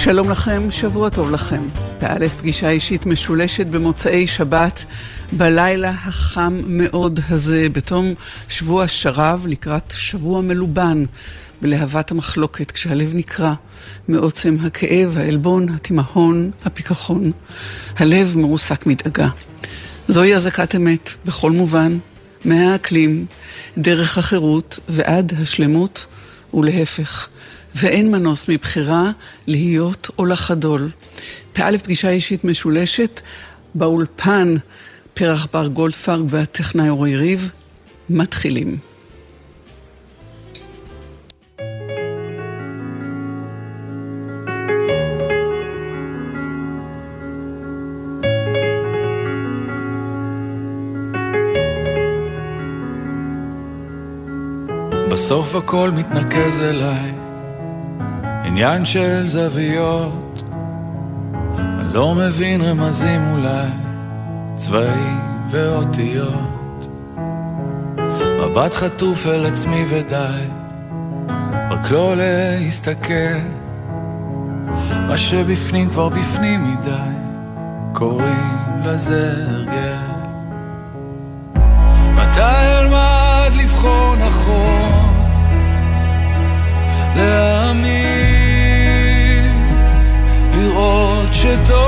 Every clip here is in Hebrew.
שלום לכם, שבוע טוב לכם. באלף פגישה אישית משולשת במוצאי שבת, בלילה החם מאוד הזה, בתום שבוע שרב לקראת שבוע מלובן, בלהבת המחלוקת, כשהלב נקרע מעוצם הכאב, העלבון, התימהון, הפיקחון. הלב מרוסק מדאגה. זוהי אזעקת אמת, בכל מובן, מהאקלים, דרך החירות ועד השלמות ולהפך. ואין מנוס מבחירה להיות או לחדול. באלף פגישה אישית משולשת, באולפן פרח בר גולדפרג והטכנאי אורי ריב, מתחילים. בסוף הכל מתנקז אליי, עניין של זוויות, אני לא מבין רמזים אולי, צבעים ואותיות, מבט חטוף אל עצמי ודי, רק לא להסתכל, מה שבפנים כבר בפנים מדי, קוראים לזה הרגל. מתי אלמד לבחור נכון, להאמין, לראות שטוב,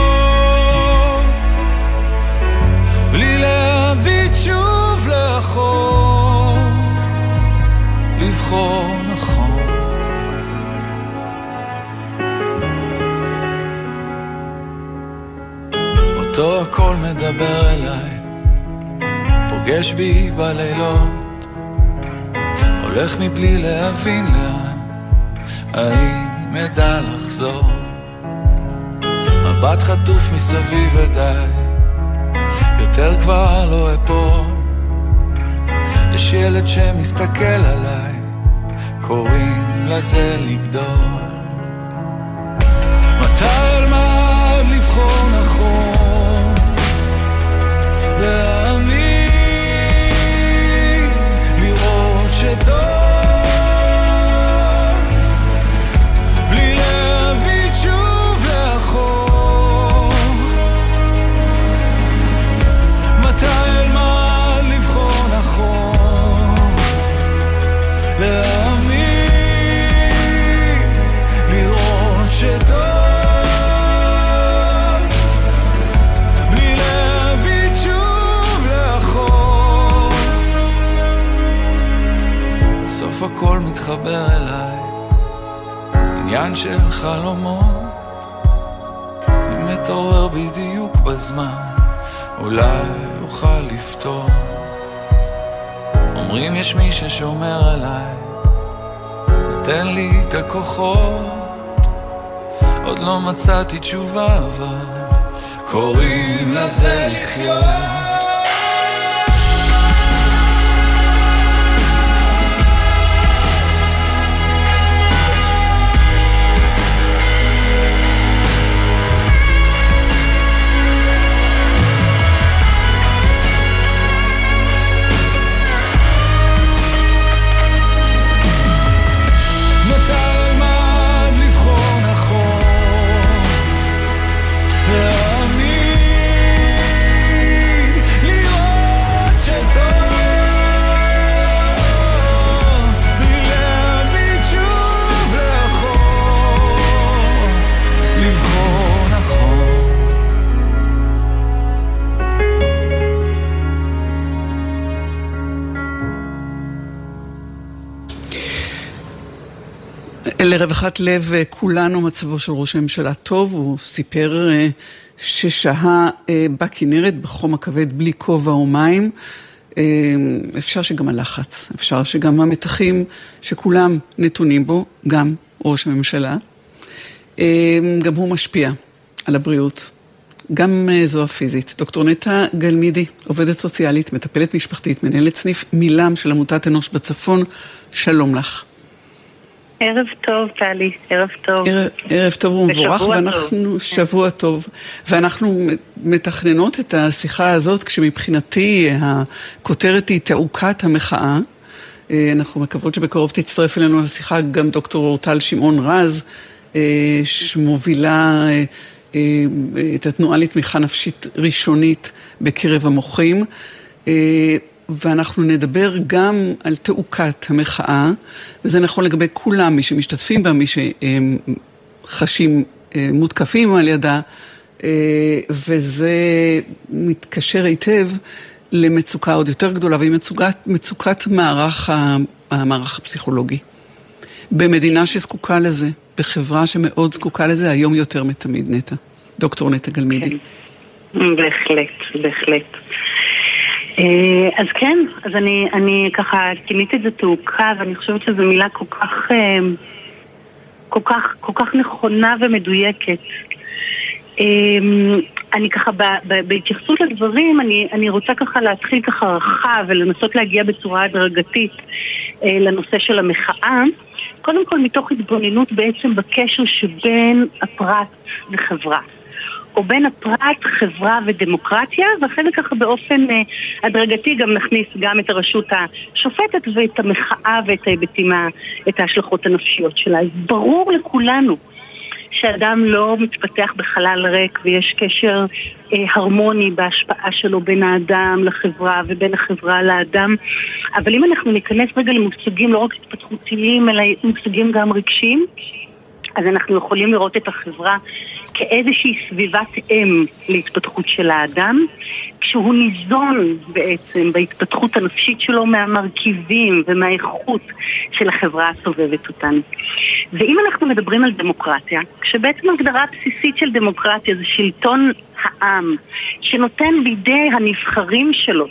בלי להביט שוב לאחור, לבחור נכון. אותו הכל מדבר אליי, פוגש בי בלילות, הולך מבלי להבין לאן, האם אדע לחזור, מבט חטוף מסביב ודי, יותר כבר לא אפול, יש ילד שמסתכל עליי, קוראים לזה לגדול. מתי אלמד לבחור נכון, להאמין, לראות שטוב, הכל מתחבר אליי, עניין של חלומות, אם מתעורר בדיוק בזמן, אולי אוכל לפתור. אומרים יש מי ששומר עליי, נתן לי את הכוחות, עוד לא מצאתי תשובה, אבל קוראים לזה לחיות. לרווחת לב כולנו, מצבו של ראש הממשלה טוב. הוא סיפר ששהה בכנרת בחום הכבד בלי כובע או מים. אפשר שגם הלחץ, אפשר שגם המתחים שכולם נתונים בו, גם ראש הממשלה, גם הוא משפיע על הבריאות, גם זו הפיזית. דוקטור נטע גלמידי, עובדת סוציאלית, מטפלת משפחתית, מנהלת סניף מילם של עמותת אנוש בצפון, שלום לך. ערב טוב, טלי, ערב טוב. ערב טוב ומבורך, ואנחנו שבוע טוב. ואנחנו מתכננות את השיחה הזאת, כשמבחינתי הכותרת היא תעוקת המחאה. אנחנו מקוות שבקרוב תצטרף אלינו לשיחה גם דוקטור אורטל שמעון רז, שמובילה את התנועה לתמיכה נפשית ראשונית בקרב המוחים, ואנחנו נדבר גם על תעוקת המחאה, וזה נכון לגבי כולם, מי שמשתתפים בה, מי שחשים מותקפים על ידה, וזה מתקשר היטב למצוקה עוד יותר גדולה, והיא מצוקת המערך הפסיכולוגי. במדינה שזקוקה לזה, בחברה שמאוד זקוקה לזה, היום יותר מתמיד, נטע. דוקטור נטע גלמידי. בהחלט. אז כן, אז אני ככה כיניתי את זה תעוקה, ואני חושבת שזו מילה כל כך נכונה ומדויקת. אני ככה בהתייחסות לדברים, אני רוצה ככה להתחיל ככה רחב ולנסות להגיע בצורה הדרגתית לנושא של המחאה. קודם כל מתוך התבוננות בעצם בקשר שבין הפרט וחברה, או בין הפרט, חברה ודמוקרטיה, ואחרי זה ככה באופן הדרגתי גם נכניס גם את הרשות השופטת ואת המחאה ואת ההיבטים, את ההשלכות הנפשיות שלה. אז ברור לכולנו שאדם לא מתפתח בחלל ריק, ויש קשר הרמוני בהשפעה שלו בין האדם לחברה ובין החברה לאדם. אבל אם אנחנו ניכנס רגע למושגים לא רק התפתחותיים, אלא מושגים גם רגשיים, אז אנחנו יכולים לראות את החברה כאיזושהי סביבת אם להתפתחות של האדם, כשהוא ניזון בעצם בהתפתחות הנפשית שלו מהמרכיבים ומהאיכות של החברה הסובבת אותנו. ואם אנחנו מדברים על דמוקרטיה, כשבעצם הגדרה בסיסית של דמוקרטיה זה שלטון העם, שנותן בידי הנבחרים שלו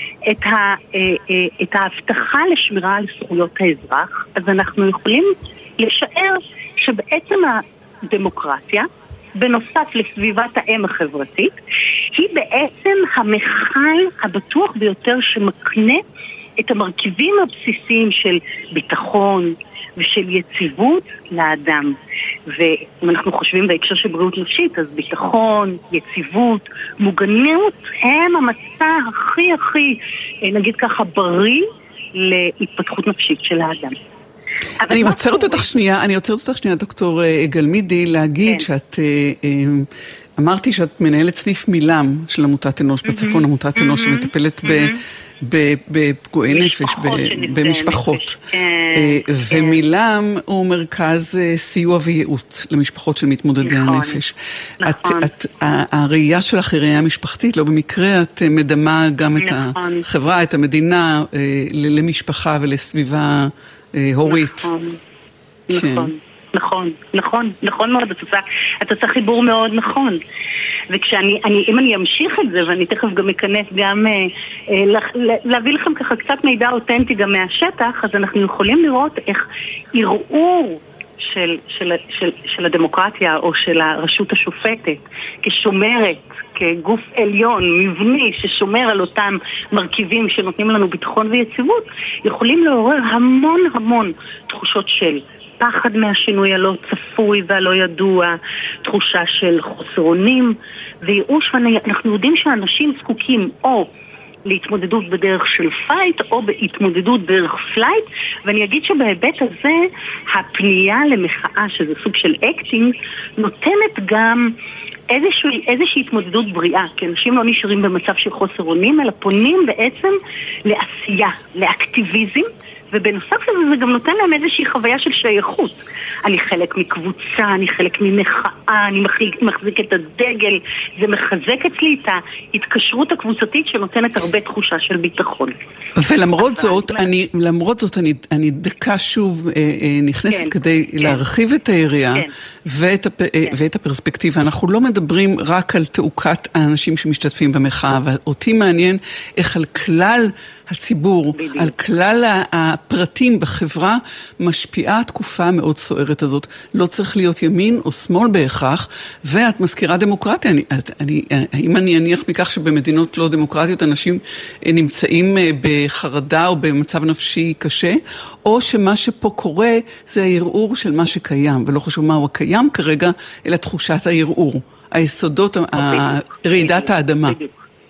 את ההבטחה לשמירה על זכויות האזרח, אז אנחנו יכולים לשער שבעצם הדמוקרטיה, בנוסף לסביבת האם החברתית, היא בעצם המכל הבטוח ביותר שמקנה את המרכיבים הבסיסיים של ביטחון ושל יציבות לאדם. ואם אנחנו חושבים בהקשר של בריאות נפשית, אז ביטחון, יציבות, מוגנות הם המצע הכי נגיד ככה בריא להתפתחות נפשית של האדם. אני עוצרת אותך שנייה, דוקטור גלמידי, להגיד שאת, אמרתי שאת מנהלת סניף מילם של עמותת אנוש בצפון, עמותת אנוש שמטפלת בפגועי נפש, במשפחות. ומילם הוא מרכז סיוע וייעוץ למשפחות של מתמודדי הנפש. הראייה שלך היא ראייה משפחתית, לא במקרה את מדמה גם את החברה, את המדינה, למשפחה ולסביבה הורית. נכון מאוד, את עושה חיבור מאוד נכון. אם אני אמשיך את זה, ואני תכף גם אכנס גם להביא לכם ככה קצת מידע אותנטי גם מהשטח, אז אנחנו יכולים לראות איך ערעור של הדמוקרטיה או של הרשות השופטת כשומרת, כגוף עליון, מבני, ששומר על אותם מרכיבים שנותנים לנו ביטחון ויציבות, יכולים לעורר המון תחושות של פחד מהשינוי הלא צפוי והלא ידוע, תחושה של חוסר אונים וייאוש. ואנחנו יודעים שאנשים זקוקים או להתמודדות בדרך של פייט או בהתמודדות דרך פלייט, ואני אגיד שבהיבט הזה הפנייה למחאה, שזה סוג של אקטינג, נותנת גם איזושהי התמודדות בריאה, כי אנשים לא נשארים במצב של חוסר אונים, אלא פונים בעצם לעשייה, לאקטיביזם, ובנוסף לזה זה גם נותן להם איזושהי חוויה של שייכות. אני חלק מקבוצה, אני חלק ממחאה, אני מחזיק את הדגל, זה מחזק אצלי את ההתקשרות הקבוצתית שנותנת הרבה תחושה של ביטחון. ולמרות זאת, אני דקה שוב נכנסת כדי להרחיב את היריעה ואת הפרספקטיבה. אנחנו לא מדברים רק על תעוקת האנשים שמשתתפים במחאה, ואותי מעניין איך על כלל הציבור, על כלל הפרטים בחברה, משפיעה התקופה המאוד סוערת הזאת. לא צריך להיות ימין או שמאל בהכרח, ואת מזכירה דמוקרטיה. האם אני אניח מכך שבמדינות לא דמוקרטיות אנשים נמצאים בחרדה או במצב נפשי קשה, או שמה שפה קורה זה הערעור של מה שקיים, ולא חשוב מהו הקיים כרגע, אלא תחושת הערעור, היסודות, רעידת האדמה.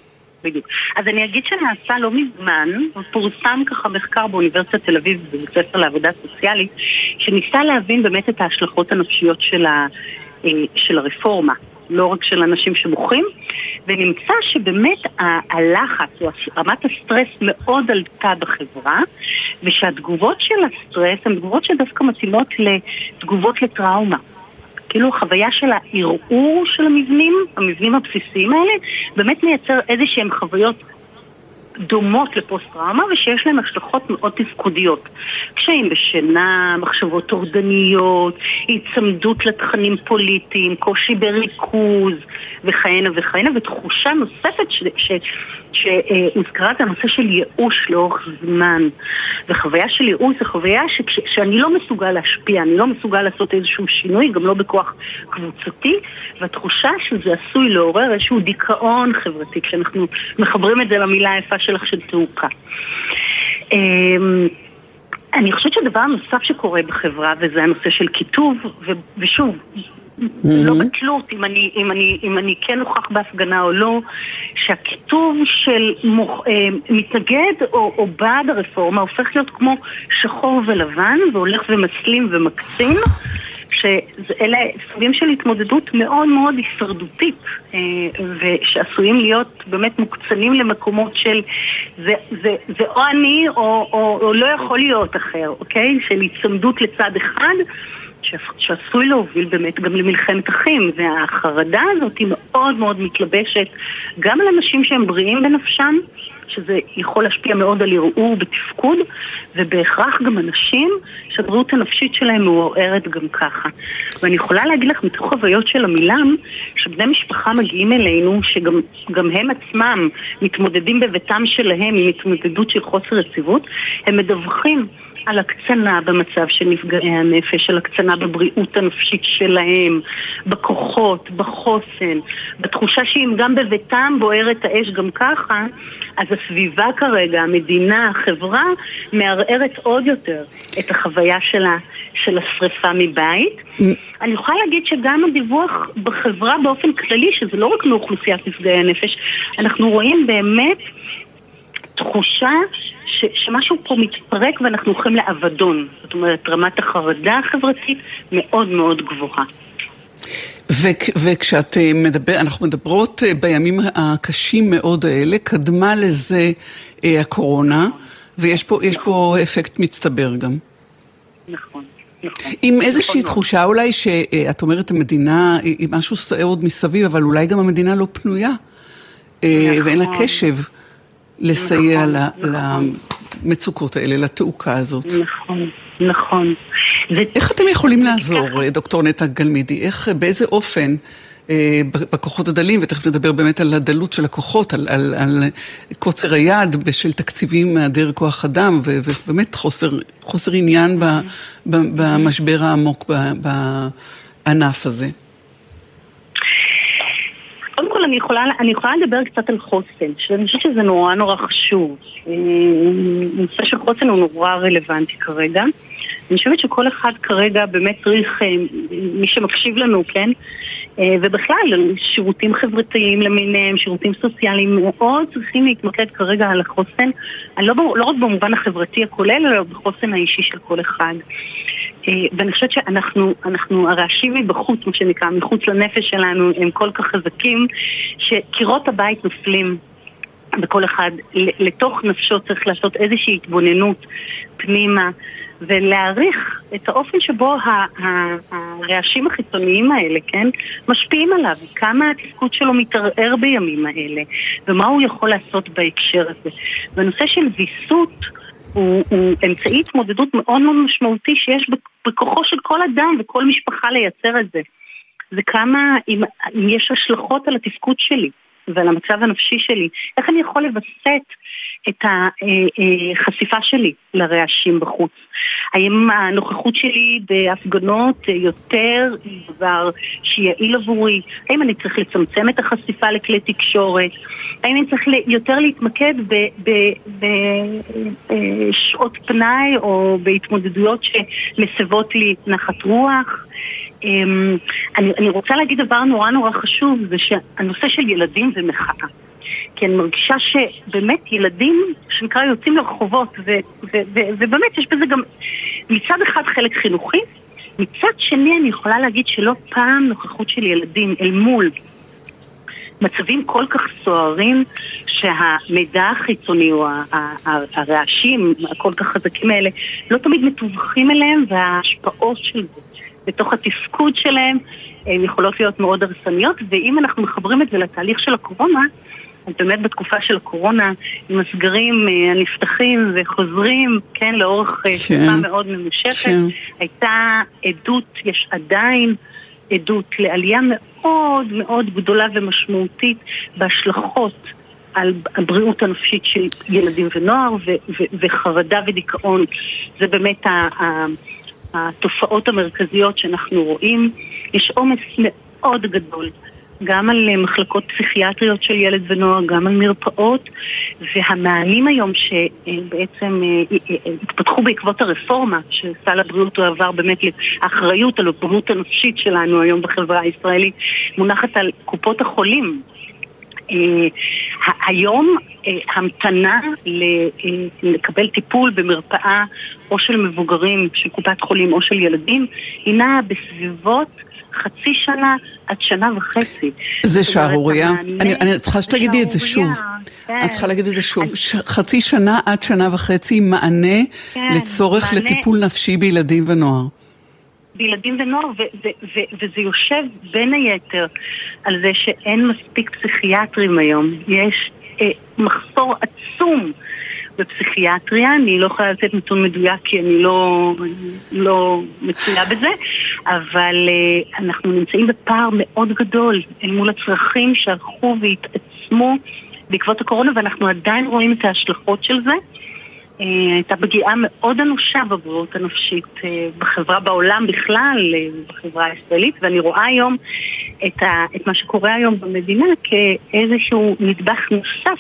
בדיוק. אז אני אגיד שנעשה לא מזמן, פורסם ככה מחקר באוניברסיטת תל אביב, בבית ספר לעבודה סוציאלית, שניסה להבין באמת את ההשלכות הנפשיות של הרפורמה, לא רק של אנשים שמוחים, ונמצא שבאמת הלחץ או רמת הסטרס מאוד עלתה בחברה, ושהתגובות של הסטרס הן תגובות שדווקא מתאימות לתגובות לטראומה. כאילו החוויה של הערעור של המבנים הבסיסיים האלה, באמת מייצר איזשהם חוויות דומות לפוסט-טראומה, ושיש להם השלכות מאוד תפקודיות. קשיים בשינה, מחשבות טורדניות, הצמדות לתכנים פוליטיים, קושי בריכוז, וכהנה וכהנה, ותחושה נוספת שהוזכרה את הנושא של ייאוש לאורך זמן. וחוויה של ייאוש זה חוויה שאני לא מסוגל להשפיע, אני לא מסוגל לעשות איזשהו שינוי, גם לא בכוח קבוצתי, והתחושה שזה עשוי לעורר איזשהו דיכאון חברתי, כשאנחנו מחברים את זה למילה היפה שלך של תעוקה. אני חושבת שהדבר הנוסף שקורה בחברה, וזה הנושא של כיתוב, ושוב, לא בתלות אם אני כן נוכח בהפגנה או לא, שהכיתוב של מתנגד או בעד הרפורמה הופך להיות כמו שחור ולבן, והולך ומסלים ומקצין, שאלה סוגים של התמודדות מאוד מאוד הישרדותית, ושעשויים להיות באמת מוקצנים למקומות של זה או אני או לא יכול להיות אחר, אוקיי? של הצמדות לצד אחד, שעשוי להוביל באמת גם למלחמת אחים, והחרדה הזאת היא מאוד מאוד מתלבשת גם על אנשים שהם בריאים בנפשם, שזה יכול להשפיע מאוד על ערעור בתפקוד, ובהכרח גם אנשים שהבריאות הנפשית שלהם מעורערת גם ככה. ואני יכולה להגיד לך מתוך חוויות של המילם, שבני משפחה מגיעים אלינו, שגם הם עצמם מתמודדים בביתם שלהם עם התמודדות של חוסר יציבות, הם מדווחים על הקצנה במצב של נפגעי הנפש, על הקצנה בבריאות הנפשית שלהם, בכוחות, בחוסן, בתחושה שאם גם בביתם בוערת האש גם ככה, אז הסביבה כרגע, המדינה, החברה, מערערת עוד יותר את החוויה של השריפה מבית. אני יכולה להגיד שגם הדיווח בחברה באופן כללי, שזה לא רק מאוכלוסיית נפגעי הנפש, אנחנו רואים באמת תחושה שמשהו פה מתפרק ואנחנו הולכים לאבדון. זאת אומרת, רמת החרדה החברתית מאוד מאוד גבוהה. וכשאת אנחנו מדברות בימים הקשים מאוד האלה, קדמה לזה הקורונה, ויש פה אפקט מצטבר גם. נכון. עם איזושהי תחושה אולי שאת אומרת המדינה, היא משהו סעוד מסביב, אבל אולי גם המדינה לא פנויה, ואין לה קשב לסייע למצוקות האלה, לתעוקה הזאת. נכון. איך אתם יכולים לעזור, דוקטור נטע גלמידי? באיזה אופן בכוחות הדלים, ותכף נדבר באמת על הדלות של הכוחות, על קוצר היד בשל תקציבים מהיעדר כוח אדם, ובאמת חוסר עניין במשבר העמוק בענף הזה. קודם כל אני יכולה לדבר קצת על חוסן, שאני חושבת שזה נורא חשוב. נושא של חוסן הוא נורא רלוונטי כרגע. אני חושבת שכל אחד כרגע באמת צריך, מי שמקשיב לנו, כן? ובכלל, שירותים חברתיים למיניהם, שירותים סוציאליים מאוד צריכים להתמקד כרגע על החוסן, לא רק במובן החברתי הכולל, אלא בחוסן האישי של כל אחד. ואני חושבת שאנחנו הרעשים מבחוץ, מה שנקרא, מחוץ לנפש שלנו, הם כל כך חזקים, שקירות הבית נופלים בכל אחד. לתוך נפשו צריך לעשות איזושהי התבוננות פנימה, ולהעריך את האופן שבו הרעשים החיצוניים האלה, כן, משפיעים עליו, כמה התפקוד שלו מתערער בימים האלה, ומה הוא יכול לעשות בהקשר הזה. והנושא של ויסות הוא אמצעי התמודדות מאוד מאוד משמעותי שיש בכוחו של כל אדם וכל משפחה לייצר את זה. זה כמה, אם יש השלכות על התפקוד שלי ועל המצב הנפשי שלי, איך אני יכול לבסט את החשיפה שלי לרעשים בחוץ? האם הנוכחות שלי בהפגנות יותר דבר שיעיל עבורי? האם אני צריך לצמצם את החשיפה לכלי תקשורת? האם אני צריך יותר להתמקד בשעות פנאי או בהתמודדויות שמסבות לי נחת רוח? אני רוצה להגיד דבר נורא חשוב, זה שהנושא של ילדים ומחאה. כי אני מרגישה שבאמת ילדים שנקרא יוצאים לרחובות, ובאמת יש בזה גם מצד אחד חלק חינוכי, מצד שני אני יכולה להגיד שלא פעם נוכחות של ילדים אל מול מצבים כל כך סוערים שהמידע החיצוני או הרעשים הכל כך חזקים האלה לא תמיד מתווכים אליהם, וההשפעות של זה בתוך התפקוד שלהם יכולות להיות מאוד הרסניות. ואם אנחנו מחברים את זה לתהליך של הקורונה, אז באמת בתקופה של הקורונה עם הסגרים הנפתחים וחוזרים, כן, לאורך תקופה מאוד ממושכת, הייתה עדות, יש עדיין עדות לעלייה מאוד מאוד גדולה ומשמעותית בהשלכות על הבריאות הנפשית של ילדים ונוער וחרדה ודיכאון. זה באמת התופעות המרכזיות שאנחנו רואים. יש עומס מאוד גדול גם על מחלקות פסיכיאטריות של ילד ונוער, גם על מרפאות, והמענים היום שבעצם התפתחו בעקבות הרפורמה שסל הבריאות הוא עבר באמת לאחריות על הבריאות הנפשית שלנו היום בחברה הישראלית, מונחת על קופות החולים. היום המתנה לקבל טיפול במרפאה או של מבוגרים של קופת חולים או של ילדים הינה בסביבות חצי שנה עד שנה וחצי. זה שערוריה. אני צריכה שתגידי את זה שוב. את צריכה להגיד את זה שוב. חצי שנה עד שנה וחצי מענה לצורך לטיפול נפשי בילדים ונוער. בילדים ונוער, וזה יושב בין היתר על זה שאין מספיק פסיכיאטרים היום. יש מחסור עצום בפסיכיאטריה. אני לא יכולה לתת נתון מדויק כי אני לא מצויה בזה, אבל אנחנו נמצאים בפער מאוד גדול אל מול הצרכים שהלכו והתעצמו בעקבות הקורונה, ואנחנו עדיין רואים את ההשלכות של זה. הייתה פגיעה מאוד אנושה בבריאות הנפשית בחברה, בעולם בכלל, בחברה הישראלית, ואני רואה היום את מה שקורה היום במדינה כאיזשהו נדבך נוסף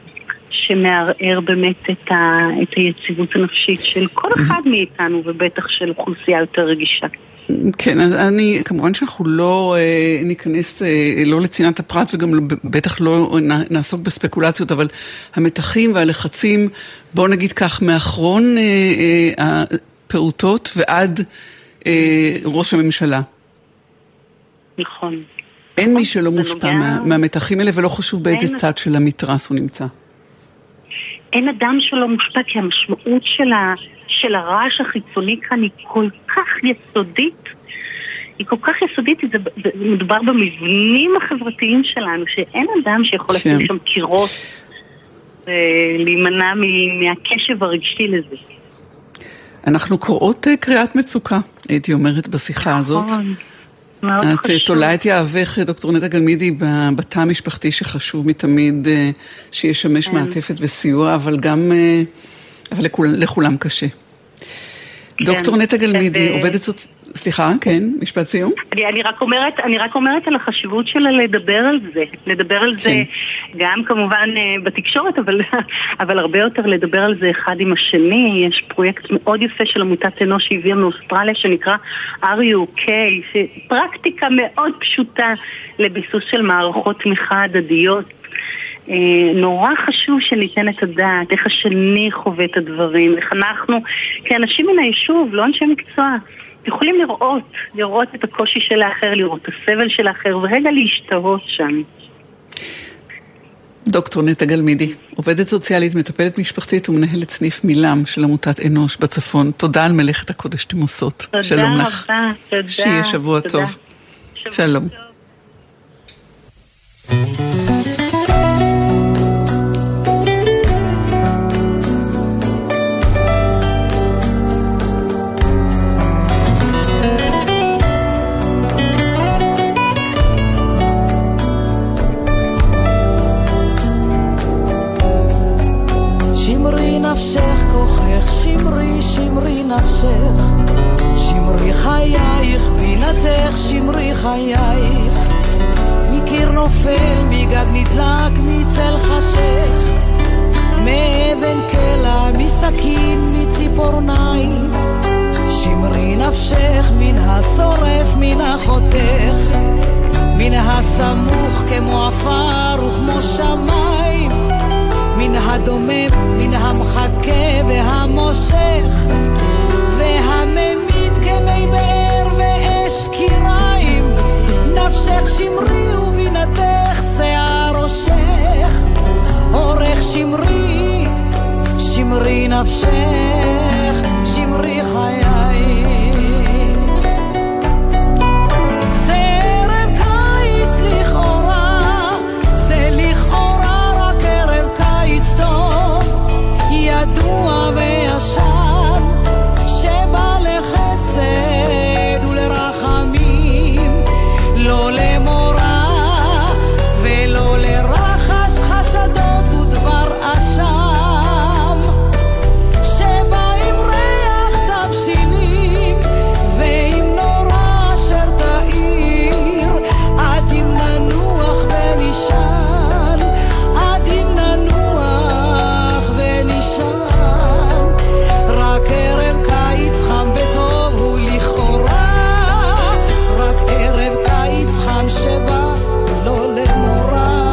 שמערער באמת את היציבות הנפשית של כל אחד מאיתנו, ובטח של אוכלוסייה יותר רגישה. כן, אז כמובן שאנחנו לא ניכנס לא לצנעת הפרט וגם בטח לא נעסוק בספקולציות, אבל המתחים והלחצים, בואו נגיד כך, מאחרון הפעוטות ועד ראש הממשלה. נכון. אין מי שלא מושפע מהמתחים האלה, ולא חשוב באיזה צד של המתרס הוא נמצא. אין אדם שלא מושפע, כי המשמעות של הרעש החיצוני כאן היא כל כך יסודית. היא כל כך יסודית, זה מדובר במבנים החברתיים שלנו, שאין אדם שיכול לשים שם קירות להימנע מהקשב הרגשי לזה. אנחנו קוראות קריאת מצוקה, הייתי אומרת בשיחה הזאת. את תולה את יאהבך, דוקטור נטע גלמידי, בתא המשפחתי שחשוב מתמיד שישמש מעטפת וסיוע, אבל גם לכולם קשה. דוקטור נטע גלמידי, עובדת סליחה, כן, משפט סיום. אני רק אומרת על החשיבות שלה לדבר על זה גם כמובן בתקשורת, אבל הרבה יותר לדבר על זה אחד עם השני. יש פרויקט מאוד יפה של עמותת אנוש שהביאה מאוסטרליה שנקרא RUK, שפרקטיקה מאוד פשוטה לביסוס של מערכות תמיכה הדדיות. נורא חשוב שניתן את הדעת, איך השני חווה את הדברים, איך אנחנו כאנשים מן היישוב, לא אנשי מקצוע, יכולים לראות את הקושי של האחר, לראות את הסבל של האחר, ורגע להשתהות שם. דוקטור נטע גלמידי, עובדת סוציאלית, מטפלת משפחתית ומנהלת סניף מילם של עמותת אנוש בצפון. תודה על מלאכת הקודש שאתם עושות. שלום לך. תודה. שיהיה שבוע טוב. שלום. שמרי נפשך, שמרי חייך, בינתך שמרי חייך, מקיר נופל, מגג נדלק, מצל חשך, מאבן קלע, מסכין, מציפורניים, שמרי נפשך, מן השורף, מן החותך, מן הסמוך כמו עפר וכמו שמיים. מן הדומם, מן המחכה והמושך, והממית כמי באר ואש קיריים. נפשך שמרי ובינתך שיער ראשך, אורך שמרי, שמרי נפשך, שמרי חייך. סרב קיץ לכאורה, זה לכאורה רק ערב קיץ טוב, ידוע וישן, שבא לחסד ולרחמים, לא למורה ולא לרחש חשדות ודבר אשם, שבא עם ריח תבשילים ועם נורא אשר תאיר, עד אם ננוח ונשען, עד אם ננוח ונשען. רק ערב קיץ חם וטוב הוא לכאורה, רק ערב קיץ חם שבא לא למורה.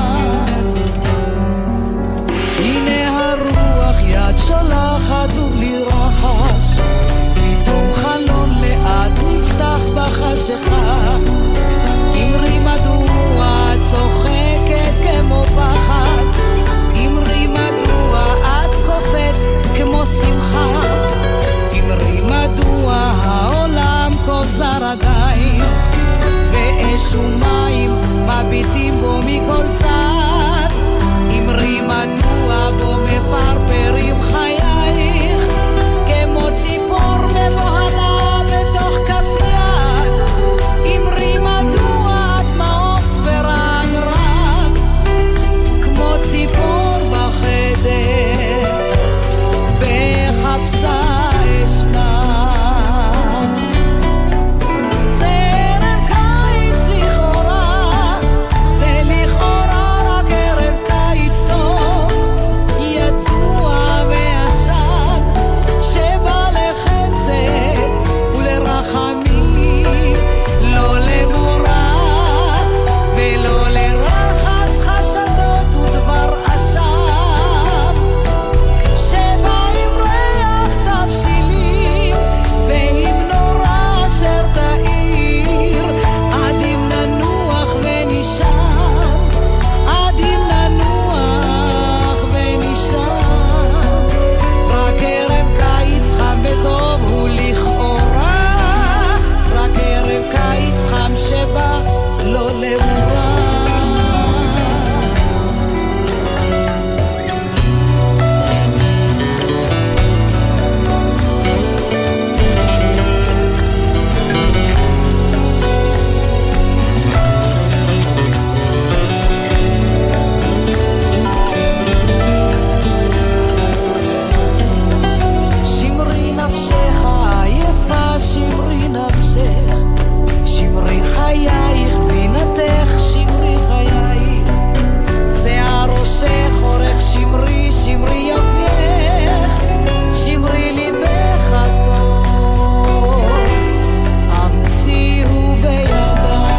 הנה הרוח יד שולחת ובלי רחש, פתאום חלון לאט נפתח בחשיכה. אמרי מדוע את צוחקת כמו פחד, אמרי מדוע את קופאת כמו שמחה, אמרי מדוע העולם כוזר עדיין, ואש ומים מביטים בו מכל צד, אמרי מדוע בו מפרפרים חייך, כמו ציפור מבוהלה בתוך כף יד, אמרי מדוע את מעוף ורענרן, כמו ציפור בחדר בחפשה אשנת. סרב קיץ לכאורה, זה לכאורה רק ערב קיץ טוב, ידוע וישן, שבא לחסד ולרחמים, לא למורה ולא לרחש חשדות ודבר אשם, שבא עם ריח תבשילים ועם נורא אשר תאיר, עד אם ננוח ונשען, עד אם ננוח ונשען. רק ערב קיץ חם וטוב הוא לכאורה, רק ערב קיץ חם שבא לא למורה. שמרי נפשך עייפה, שמרי נפשך, שמרי חייך בינתך, שמרי חייך. שיער ראשך אורך שמרי, שמרי יפייך, שמרי ליבך הטוב, המציאו בידייך.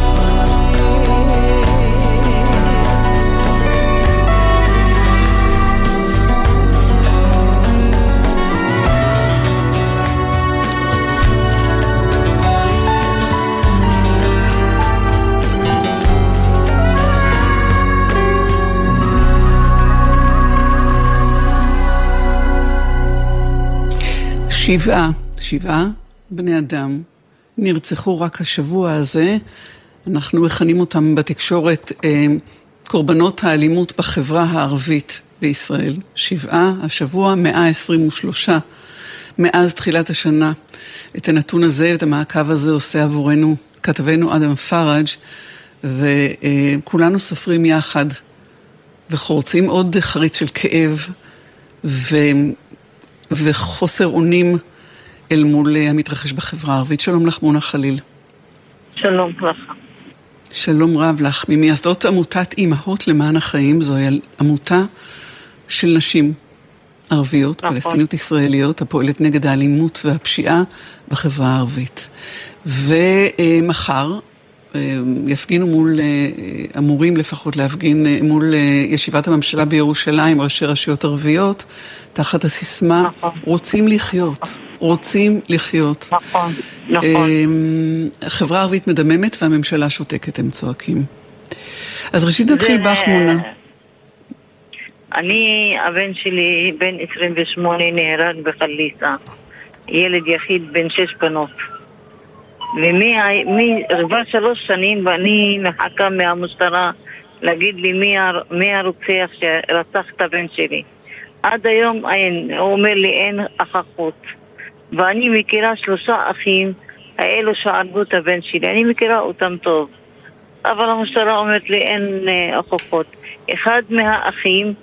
שבעה בני אדם נרצחו רק השבוע הזה. אנחנו מכנים אותם בתקשורת קורבנות האלימות בחברה הערבית בישראל. 7 השבוע, 123 מאז תחילת השנה. את הנתון הזה, את המעקב הזה עושה עבורנו כתבנו אדם פראג', וכולנו סופרים יחד וחורצים עוד חריץ של כאב וחוסר אונים אל מול המתרחש בחברה הערבית. שלום לך מונה חליל. שלום לך. שלום רב לך. ממייסדות עמותת אימהות למען החיים, זוהי עמותה של נשים ערביות, פלסטיניות ישראליות, הפועלת נגד האלימות והפשיעה בחברה הערבית. ומחר יפגינו מול, אמורים לפחות להפגין מול ישיבת הממשלה בירושלים, ראשי רשויות ערביות, תחת הסיסמה, רוצים לחיות, רוצים לחיות. נכון, נכון. החברה הערבית מדממת והממשלה שותקת, הם צועקים. אז ראשית נתחיל בך, מונה. הבן שלי, בן 28, נהרג בחליסה. ילד יחיד בן 6 בנות. עבר 3 שנים ואני מחכה מהמשטרה להגיד לי מי הרוצח שרצח את הבן שלי. עד היום אין, הוא אומר לי אין הוכחות. ואני מכירה 3 אחים האלו שהרגו את הבן שלי, אני מכירה אותם טוב. אבל המשטרה אומרת לי אין הוכחות. אחד מהאחים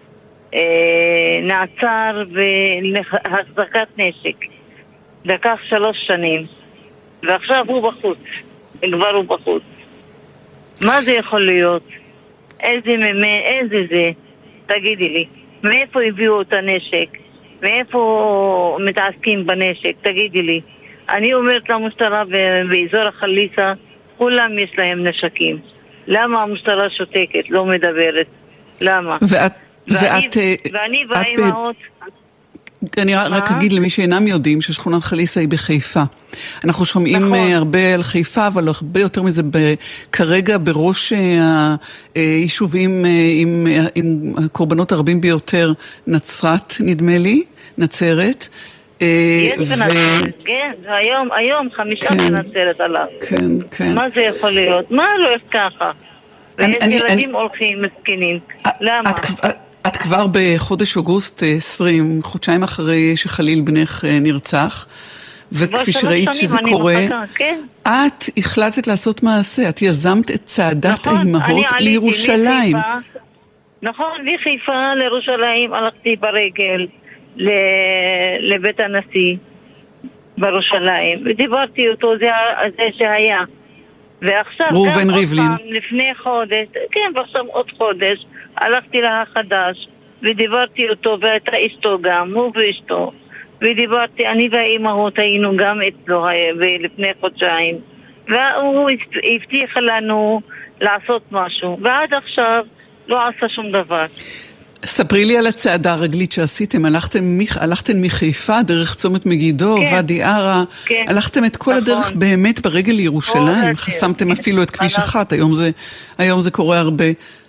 נעצר בהחזקת נשק. לקח 3 שנים. ועכשיו הוא בחוץ. כבר הוא בחוץ. מה זה יכול להיות? איזה זה? תגידי לי. מאיפה הביאו את הנשק? מאיפה מתעסקים בנשק? תגידי לי. אני אומרת למשטרה באזור החליסה, כולם יש להם נשקים. למה המשטרה שותקת? לא מדברת. למה? ואני והאימהות... אני רק אגיד למי שאינם יודעים ששכונת חליסה היא בחיפה. אנחנו שומעים הרבה על חיפה, אבל הרבה יותר מזה כרגע בראש היישובים עם הקורבנות הרבים ביותר, נצרת, נדמה לי, נצרת. כן, היום 5 בנצרת עליו. כן. מה זה יכול להיות? מה לא ככה? ואיזה ילדים הולכים מסכנים. למה? את כבר בחודש אוגוסט 20, חודשיים אחרי שחליל בנך נרצח, וכפי שראית שזה קורה, את החלטת לעשות מעשה, את יזמת את צעדת האימהות לירושלים. נכון, מחיפה לירושלים הלכתי ברגל לבית הנשיא בירושלים, ודיברתי אותו, זה שהיה. ועכשיו ראובן ריבלין. לפני חודש, כן, ועכשיו עוד חודש, הלכתי לחדש, ודיברתי אותו, והייתה אשתו גם, הוא ואשתו. ודיברתי, אני והאימהות היינו גם אצלו לפני חודשיים. והוא הבטיח לנו לעשות משהו, ועד עכשיו לא עשה שום דבר. ספרי לי על הצעדה הרגלית שעשיתם, הלכתם מחיפה דרך צומת מגידו, ואדי ערה, הלכתם את כל הדרך באמת ברגל לירושלים, חסמתם אפילו את כביש 1, היום זה קורה הרבה.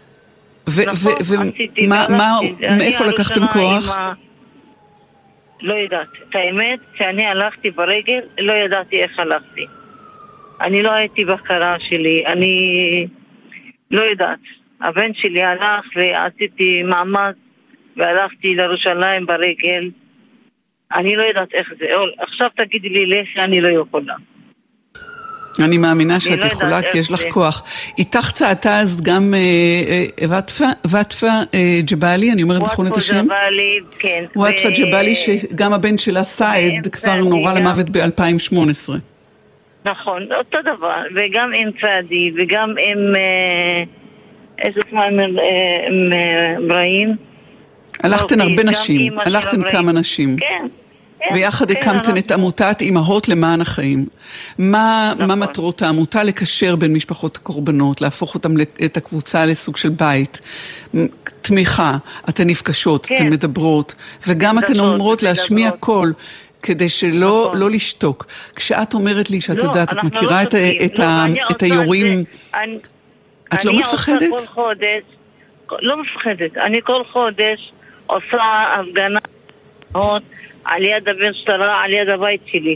מאיפה לקחתם כוח? לא יודעת. את האמת, כשאני הלכתי ברגל, לא ידעתי איך הלכתי. אני לא הייתי בקרה שלי, אני לא יודעת. הבן שלי הלך ועשיתי מאמץ והלכתי לירושלים ברגל. אני לא יודעת איך זה. עכשיו תגידי לי לך, אני לא יכולה. אני מאמינה שאת יכולה כי יש לך כוח. איתך צעתה אז גם וטפה ג'באלי, אני אומרת נכון את השם? וטפה ג'באלי, שגם הבן שלה סעד כבר נורא למוות ב-2018. נכון, אותו דבר. וגם עם צעדי וגם עם... איזה זמן עם אברהים. הלכתן הרבה נשים, הלכתן כמה נשים. כן. ויחד הקמתן את עמותת אימהות למען החיים. מה מטרות העמותה? לקשר בין משפחות הקורבנות, להפוך אותם את הקבוצה לסוג של בית, תמיכה, אתן נפגשות, אתן מדברות, וגם אתן אומרות להשמיע קול, כדי שלא לשתוק. כשאת אומרת לי שאת יודעת, את מכירה את היורים, את לא מפחדת? לא מפחדת. אני כל חודש עושה הפגנה על יד המשטרה, על יד הבית שלי.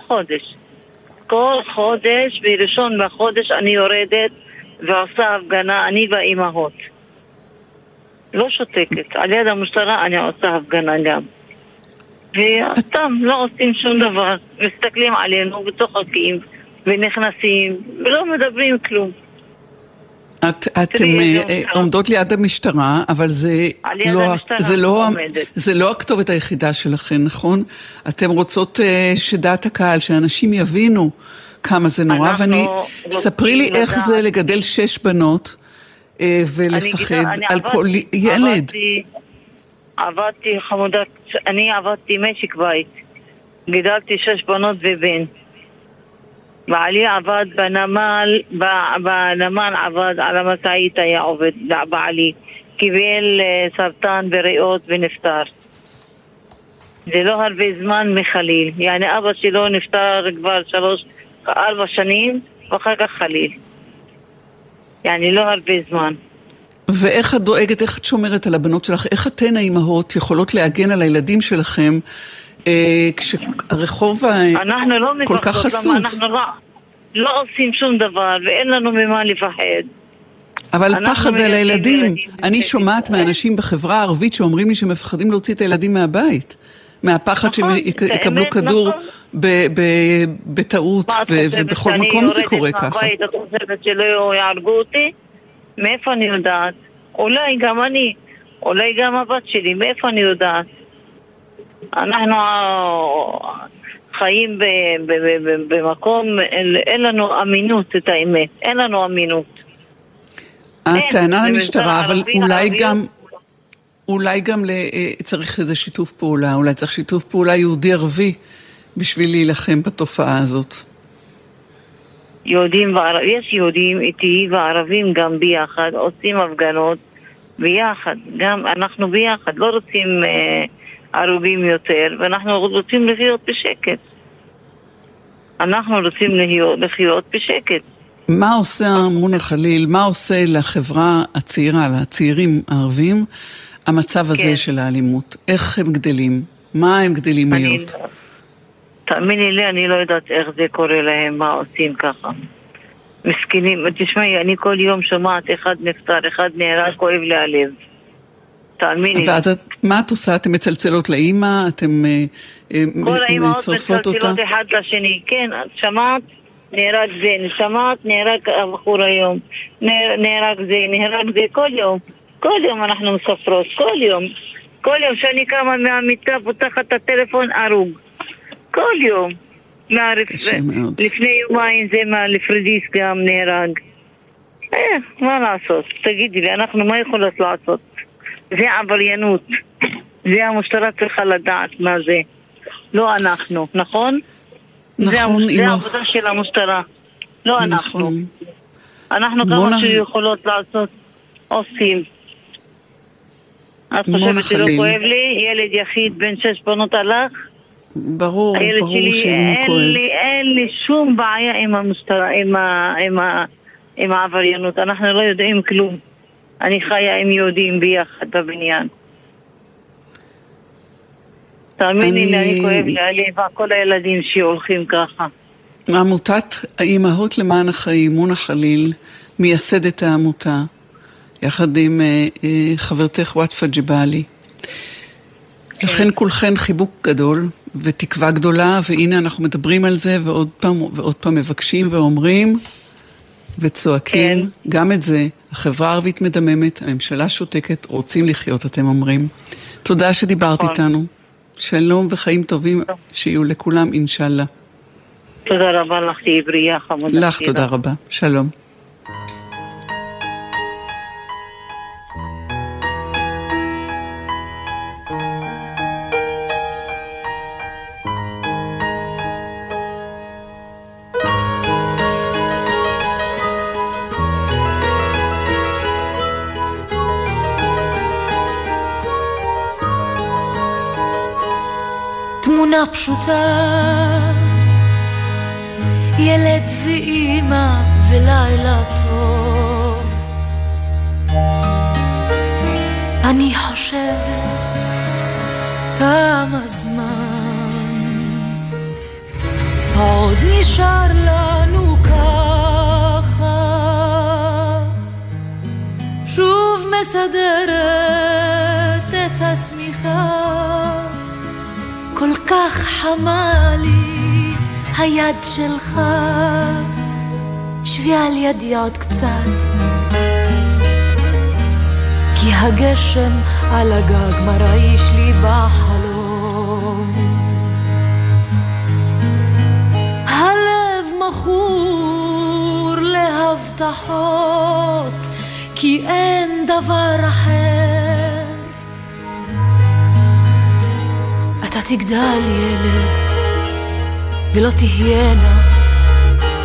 כל חודש, בראשון בחודש אני יורדת ועושה הפגנה, אני והאימהות. לא שותקת. על יד המשטרה אני עושה הפגנה גם. ואתם לא עושים שום דבר. מסתכלים עלינו וצוחקים ונכנסים ולא מדברים כלום. אתם עומדות ליד המשטרה, אבל זה לא הכתובת היחידה שלכם, נכון? אתם רוצות שדעת הקהל, שאנשים יבינו כמה זה נורא, ספרי לי איך זה לגדל 6 בנות ולפחד על כל ילד. עבדתי חמודת, אני עבדתי משק בית, גידלתי 6 בנות ובן. בעלי עבד בנמל עבד על המשאית, היה עובד בעלי, קיבל סרטן בריאות ונפטר. זה לא הרבה זמן מחליל, יעני אבא שלו נפטר כבר 3-4 שנים ואחר כך חליל, יעני לא הרבה זמן. ואיך את דואגת, איך את שומרת על הבנות שלך, איך אתן האימהות יכולות להגן על הילדים שלכם כשהרחוב כל כך חשוף? אנחנו לא עושים שום דבר ואין לנו ממה לפחד. אבל פחד על הילדים, אני שומעת מאנשים בחברה הערבית שאומרים לי שמפחדים להוציא את הילדים מהבית, מהפחד שהם יקבלו כדור בטעות, ובכל מקום זה קורה ככה. את חושבת שלא יהרגו אותי? מאיפה אני יודעת? אולי גם אני, אולי גם הבת שלי, מאיפה אני יודעת? אנחנו חיים במקום, אין לנו אמינות, את האמת, אין לנו אמינות. הטענה למשטרה, אבל אולי גם צריך איזה שיתוף פעולה, אולי צריך שיתוף פעולה יהודי-ערבי בשביל להילחם בתופעה הזאת. יהודים וערבים, יש יהודים איתי וערבים גם ביחד, עושים הפגנות ביחד, גם אנחנו ביחד, לא רוצים ערבים יותר, ואנחנו רוצים לחיות בשקט. אנחנו רוצים לחיות בשקט. מה עושה מונה חליל, מה עושה לחברה הצעירה, לצעירים הערבים, המצב הזה של האלימות? איך הם גדלים? מה הם גדלים להיות? תאמיני לי, אני לא יודעת איך זה קורה להם, מה עושים ככה. מסכנים, תשמעי, אני כל יום שומעת אחד נפטר, אחד נהרג, כואב לי הלב. תאמיני. ואז מה את עושה? אתם מצלצלות לאמא? אתם כל האמאות מצרפות אותה? מצלצלות אחד לשני. כן, שמעת? נהרג זה, שמעת? נהרג הבחור היום. נהרג זה, כל יום. כל יום אנחנו מספרות, כל יום. כל יום שאני קמה מהמיטה, פותחת את הטלפון, הרוג. כל יום. לפני יומיים זה לפרדיס גם נהרג. מה לעשות? תגידי לי, אנחנו מה יכולות לעשות? זה עבריינות. זה המשטרה צריכה לדעת מה זה. לא אנחנו, נכון? זה העבודה של המשטרה. לא אנחנו. אנחנו כמה שיכולות לעשות עושים. את חושבת שלא כואב לי? ילד יחיד בן 6 בנות הלך? ברור, ברור שהוא כואב. אין לי שום בעיה עם המשטרה, עם העבריינות. אנחנו לא יודעים כלום. אני חיה עם יהודים ביחד בבניין. תאמיני לי, אני כואב לי הלב, כל הילדים שהולכים ככה. עמותת האימהות למען החיים, מונה חליל, מייסדת העמותה, יחד עם חברתך וטפה ג'באלי. לכן כולכן חיבוק גדול ותקווה גדולה, והנה אנחנו מדברים על זה ועוד פעם מבקשים ואומרים וצועקים. גם את זה, החברה הערבית מדממת, הממשלה שותקת, רוצים לחיות, אתם אומרים. תודה שדיברת איתנו. שלום וחיים טובים שיהיו לכולם, אינשאללה. תודה רבה לך, תהי בריאה, חמודה. לך תודה רבה, שלום. תמונה פשוטה, ילד ואימא ולילה טוב. אני חושבת כמה זמן עוד נשאר לנו ככה, שוב מסדרת את השמיכה, כל כך חמה לי היד שלך, שבי על ידי עוד קצת, כי הגשם על הגג מרעיש לי בחלום. הלב מכור להבטחות, כי אין דבר אחר. אתה תגדל ילד ולא תהיינה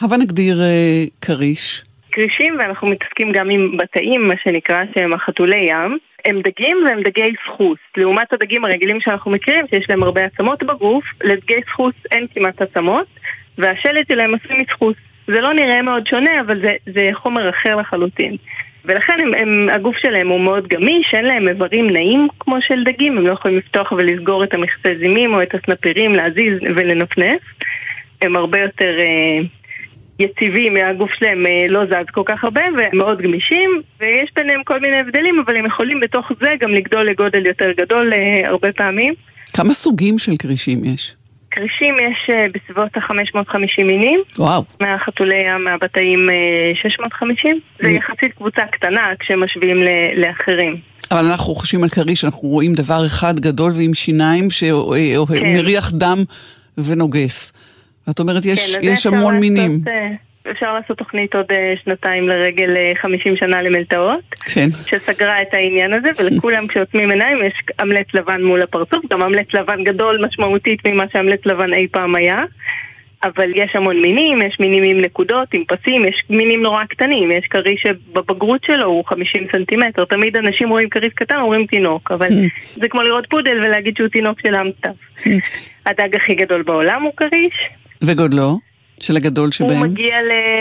הבה נגדיר קריש. קרישים, ואנחנו מתעסקים גם עם בתאים, מה שנקרא, שהם החתולי ים. הם דגים והם דגי סחוס. לעומת הדגים הרגילים שאנחנו מכירים, שיש להם הרבה עצמות בגוף, לדגי סחוס אין כמעט עצמות, והשלד שלהם עשוי מסחוס. זה לא נראה מאוד שונה, אבל זה חומר אחר לחלוטין. ולכן הגוף שלהם הוא מאוד גמיש, אין להם איברים נעים כמו של דגים, הם לא יכולים לפתוח ולסגור את המכסה זימים או את הסנפירים, להזיז ולנפנף. הם הרבה יותר יציבים, הגוף שלהם לא זז כל כך הרבה ומאוד גמישים, ויש ביניהם כל מיני הבדלים, אבל הם יכולים בתוך זה גם לגדול לגודל יותר גדול הרבה פעמים. כמה סוגים של קרישים יש? קרישים יש בסביבות ה-550 מינים. וואו. מהחתולי ים, מהבתאים 650. זה יחסית קבוצה קטנה כשמשווים לאחרים. אבל אנחנו חושבים על קריש, אנחנו רואים דבר אחד גדול ועם שיניים שמריח דם ונוגס. ואת אומרת, יש המון מינים. אפשר לעשות תוכנית עוד שנתיים לרגל 50 שנה למלטאות, כן. שסגרה את העניין הזה, ולכולם כשעוצמים עיניים יש עמלת לבן מול הפרצוף, גם עמלת לבן גדול משמעותית ממה שעמלת לבן אי פעם היה, אבל יש המון מינים, יש מינים עם נקודות, עם פסים, יש מינים נורא קטנים, יש קריש שבבגרות שלו הוא 50 סנטימטר, תמיד אנשים רואים קריש קטן, אומרים תינוק, אבל זה כמו לראות פודל ולהגיד שהוא תינוק של האמסטף. הדג הכי גדול בעולם הוא קריש. וגודלו? של הגדול שבהם? הוא מגיע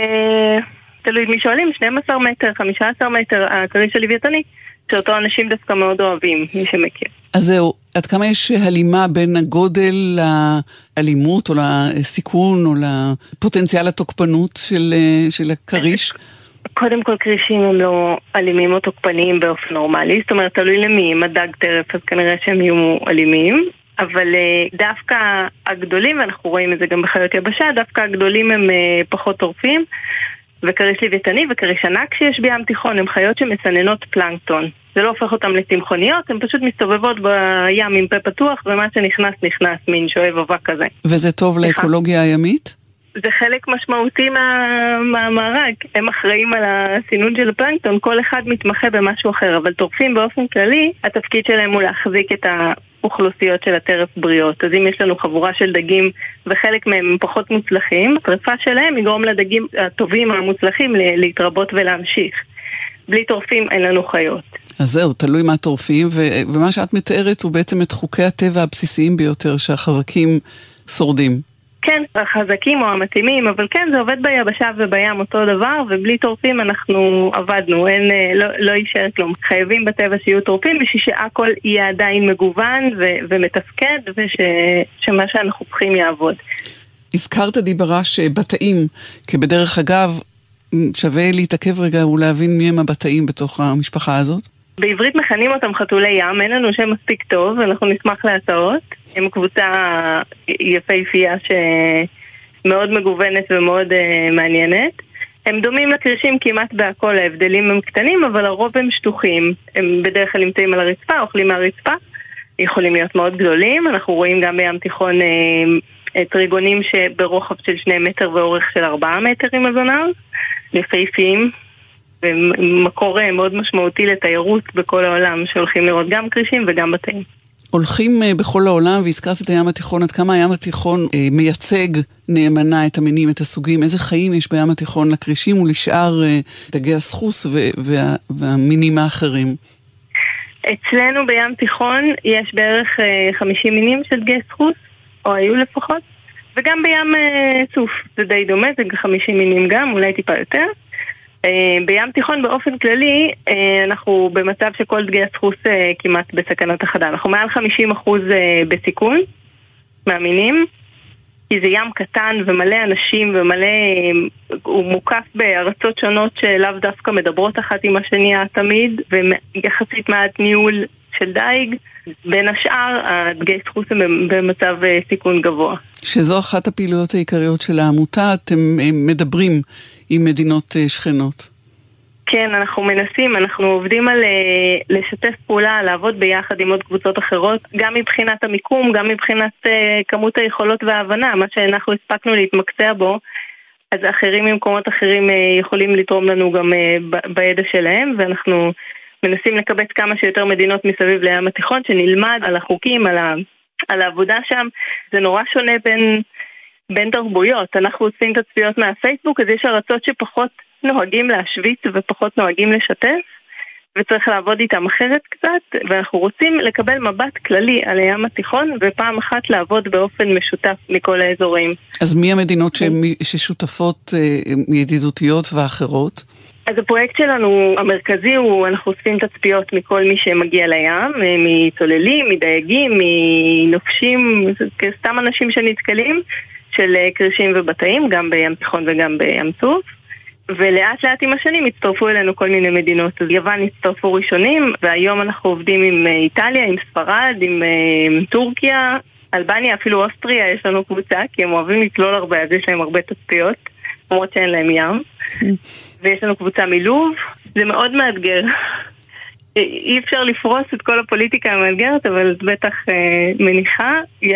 תלוי מי שואלים, 12 מטר, 15 מטר, הקריש הלוויתני, שאותו אנשים דווקא מאוד אוהבים, מי שמכיר. אז זהו, עד כמה יש הלימה בין הגודל לאלימות או לסיכון או לפוטנציאל התוקפנות של הקריש? קודם כל קרישים הם לא אלימים או תוקפניים באופן נורמלי, זאת אומרת תלוי למי, אם הדג טרף אז כנראה שהם יהיו אלימים, אבל דווקא הגדולים, ואנחנו רואים את זה גם בחיות יבשה, דווקא הגדולים הם פחות טורפים, וקריש לוויתני וקריש ענק שיש בים תיכון, הם חיות שמסננות פלנקטון. זה לא הופך אותם לצמחוניות, הן פשוט מסתובבות בים עם פה פתוח, ומה שנכנס נכנס, מין שואב אבק כזה. וזה טוב לאקולוגיה הימית? זה חלק משמעותי מהמארג. הם אחראים על הסינון של הפלנקטון, כל אחד מתמחה במשהו אחר, אבל טורפים באופן כללי, התפקיד שלהם הוא להחזיק את האוכלוסיות של הטרף בריאות. אז אם יש לנו חבורה של דגים וחלק מהם פחות מוצלחים, הטרפה שלהם יגרום לדגים הטובים המוצלחים להתרבות ולהמשיך. בלי טורפים אין לנו חיות. אז זהו, תלוי מה טורפים, ומה שאת מתארת הוא בעצם את חוקי הטבע הבסיסיים ביותר שהחזקים שורדים. כן, החזקים או המתאימים, אבל כן, זה עובד ביבשה ובים אותו דבר, ובלי טורפים אנחנו עבדנו, לא יישאר כלום. חייבים בטבע שיהיו טורפים, בשביל שהכל יהיה עדיין מגוון ומתפקד, ושמה שאנחנו צריכים יעבוד. הזכרת דיברה שבתאים, כבדרך אגב, שווה להתעכב רגע ולהבין מי הם הבתאים בתוך המשפחה הזאת? בעברית מכנים אותם חתולי ים, אין לנו שם מספיק טוב, אנחנו נשמח להצעות. הם קבוצה יפהפייה שמאוד מגוונת ומאוד מעניינת. הם דומים לקרישים כמעט בהכל, ההבדלים הם קטנים, אבל הרוב הם שטוחים. הם בדרך כלל נמצאים על הרצפה, אוכלים מהרצפה, יכולים להיות מאוד גדולים. אנחנו רואים גם בים תיכון טריגונים שברוחב של 2 מטר ואורך של 4 מטר עם הזנב, יפהפיים. ומקור מאוד משמעותי לתיירות בכל העולם, שהולכים לראות גם קרישים וגם בתאים. הולכים בכל העולם, והזכרת את הים התיכון, עד כמה הים התיכון מייצג נאמנה את המינים, את הסוגים, איזה חיים יש בים התיכון לקרישים ולשאר דגי הסחוס והמינים האחרים? אצלנו בים תיכון יש בערך 50 מינים של דגי סחוס, או היו לפחות, וגם בים צוף, זה די דומה, זה 50 מינים גם, אולי טיפה יותר. בים תיכון באופן כללי אנחנו במצב שכל דגי הסחוס כמעט בסכנת החדה. אנחנו מעל 50% בסיכון מהמינים, כי זה ים קטן ומלא אנשים ומלא, הוא מוקף בארצות שונות שלאו דווקא מדברות אחת עם השני תמיד, ויחסית מעט ניהול של דייג. בין השאר הדגי סחוס הם במצב סיכון גבוה. שזו אחת הפעילויות העיקריות של העמותה, אתם מדברים עם מדינות שכנות. כן, אנחנו מנסים, אנחנו עובדים על לשתף פעולה, לעבוד ביחד עם עוד קבוצות אחרות, גם מבחינת המיקום, גם מבחינת כמות היכולות וההבנה, מה שאנחנו הספקנו להתמקצע בו, אז אחרים ממקומות אחרים יכולים לתרום לנו גם בידע שלהם, ואנחנו מנסים לקבץ כמה שיותר מדינות מסביב לים התיכון, שנלמד על החוקים, על העבודה שם. זה נורא שונה בין תרבויות. אנחנו עושים תצפיות מהפייסבוק, אז יש ארצות שפחות נוהגים להשוויץ ופחות נוהגים לשתף, וצריך לעבוד איתם אחרת קצת, ואנחנו רוצים לקבל מבט כללי על הים התיכון, ופעם אחת לעבוד באופן משותף מכל האזורים. אז מי המדינות ששותפות ידידותיות ואחרות? אז הפרויקט שלנו המרכזי הוא, אנחנו עושים תצפיות מכל מי שמגיע לים, מצוללים, מדייגים, מנופשים, סתם אנשים שנתקלים, של קרישים ובתאים, גם בים תיכון וגם בים סוף. ולאט לאט עם השנים הצטרפו אלינו כל מיני מדינות. אז יוון הצטרפו ראשונים, והיום אנחנו עובדים עם איטליה, עם ספרד, עם טורקיה, אלבניה, אפילו אוסטריה יש לנו קבוצה, כי הם אוהבים לצלול הרבה, אז יש להם הרבה תצפיות, למרות שאין להם ים. ויש לנו קבוצה מלוב, זה מאוד מאתגר. אי אפשר לפרוס את כל הפוליטיקה המאתגרת, אבל בטח מניחה,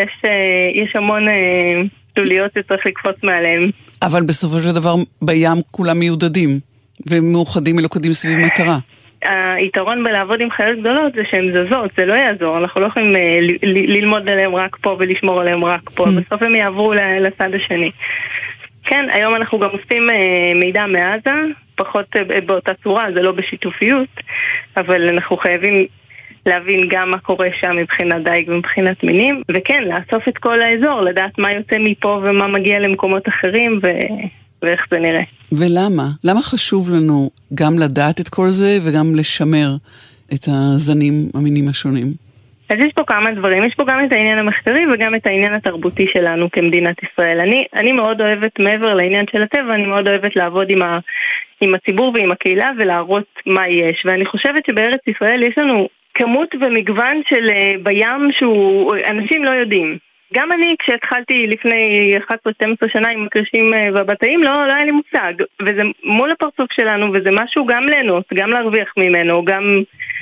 יש המון תוליות שצריך לקפוץ מעליהם. אבל בסופו של דבר בים כולם מיודדים, ומאוחדים מלוכדים סביב מטרה. היתרון בלעבוד עם חיות גדולות זה שהן זזות, זה לא יעזור, אנחנו לא יכולים ללמוד עליהם רק פה ולשמור עליהם רק פה, בסוף הם יעברו לצד השני. כן, היום אנחנו גם עושים מידע מעזה, פחות באותה צורה, זה לא בשיתופיות, אבל אנחנו חייבים להבין גם מה קורה שם מבחינת דייג ומבחינת מינים, וכן, לאסוף את כל האזור, לדעת מה יוצא מפה ומה מגיע למקומות אחרים ואיך זה נראה. ולמה? למה חשוב לנו גם לדעת את כל זה וגם לשמר את הזנים, המינים השונים? אז יש פה כמה דברים, יש פה גם את העניין המחקרי וגם את העניין התרבותי שלנו כמדינת ישראל. אני מאוד אוהבת, מעבר לעניין של הטבע, אני מאוד אוהבת לעבוד עם הציבור ועם הקהילה ולהראות מה יש. ואני חושבת שבארץ ישראל יש לנו כמות ומגוון של בים שאנשים לא יודעים. גם אני, כשהתחלתי לפני 11-12 שנה עם הקרישים והבתאים, לא היה לי מושג. וזה מול הפרצוף שלנו, וזה משהו גם ליהנות, גם להרוויח ממנו, גם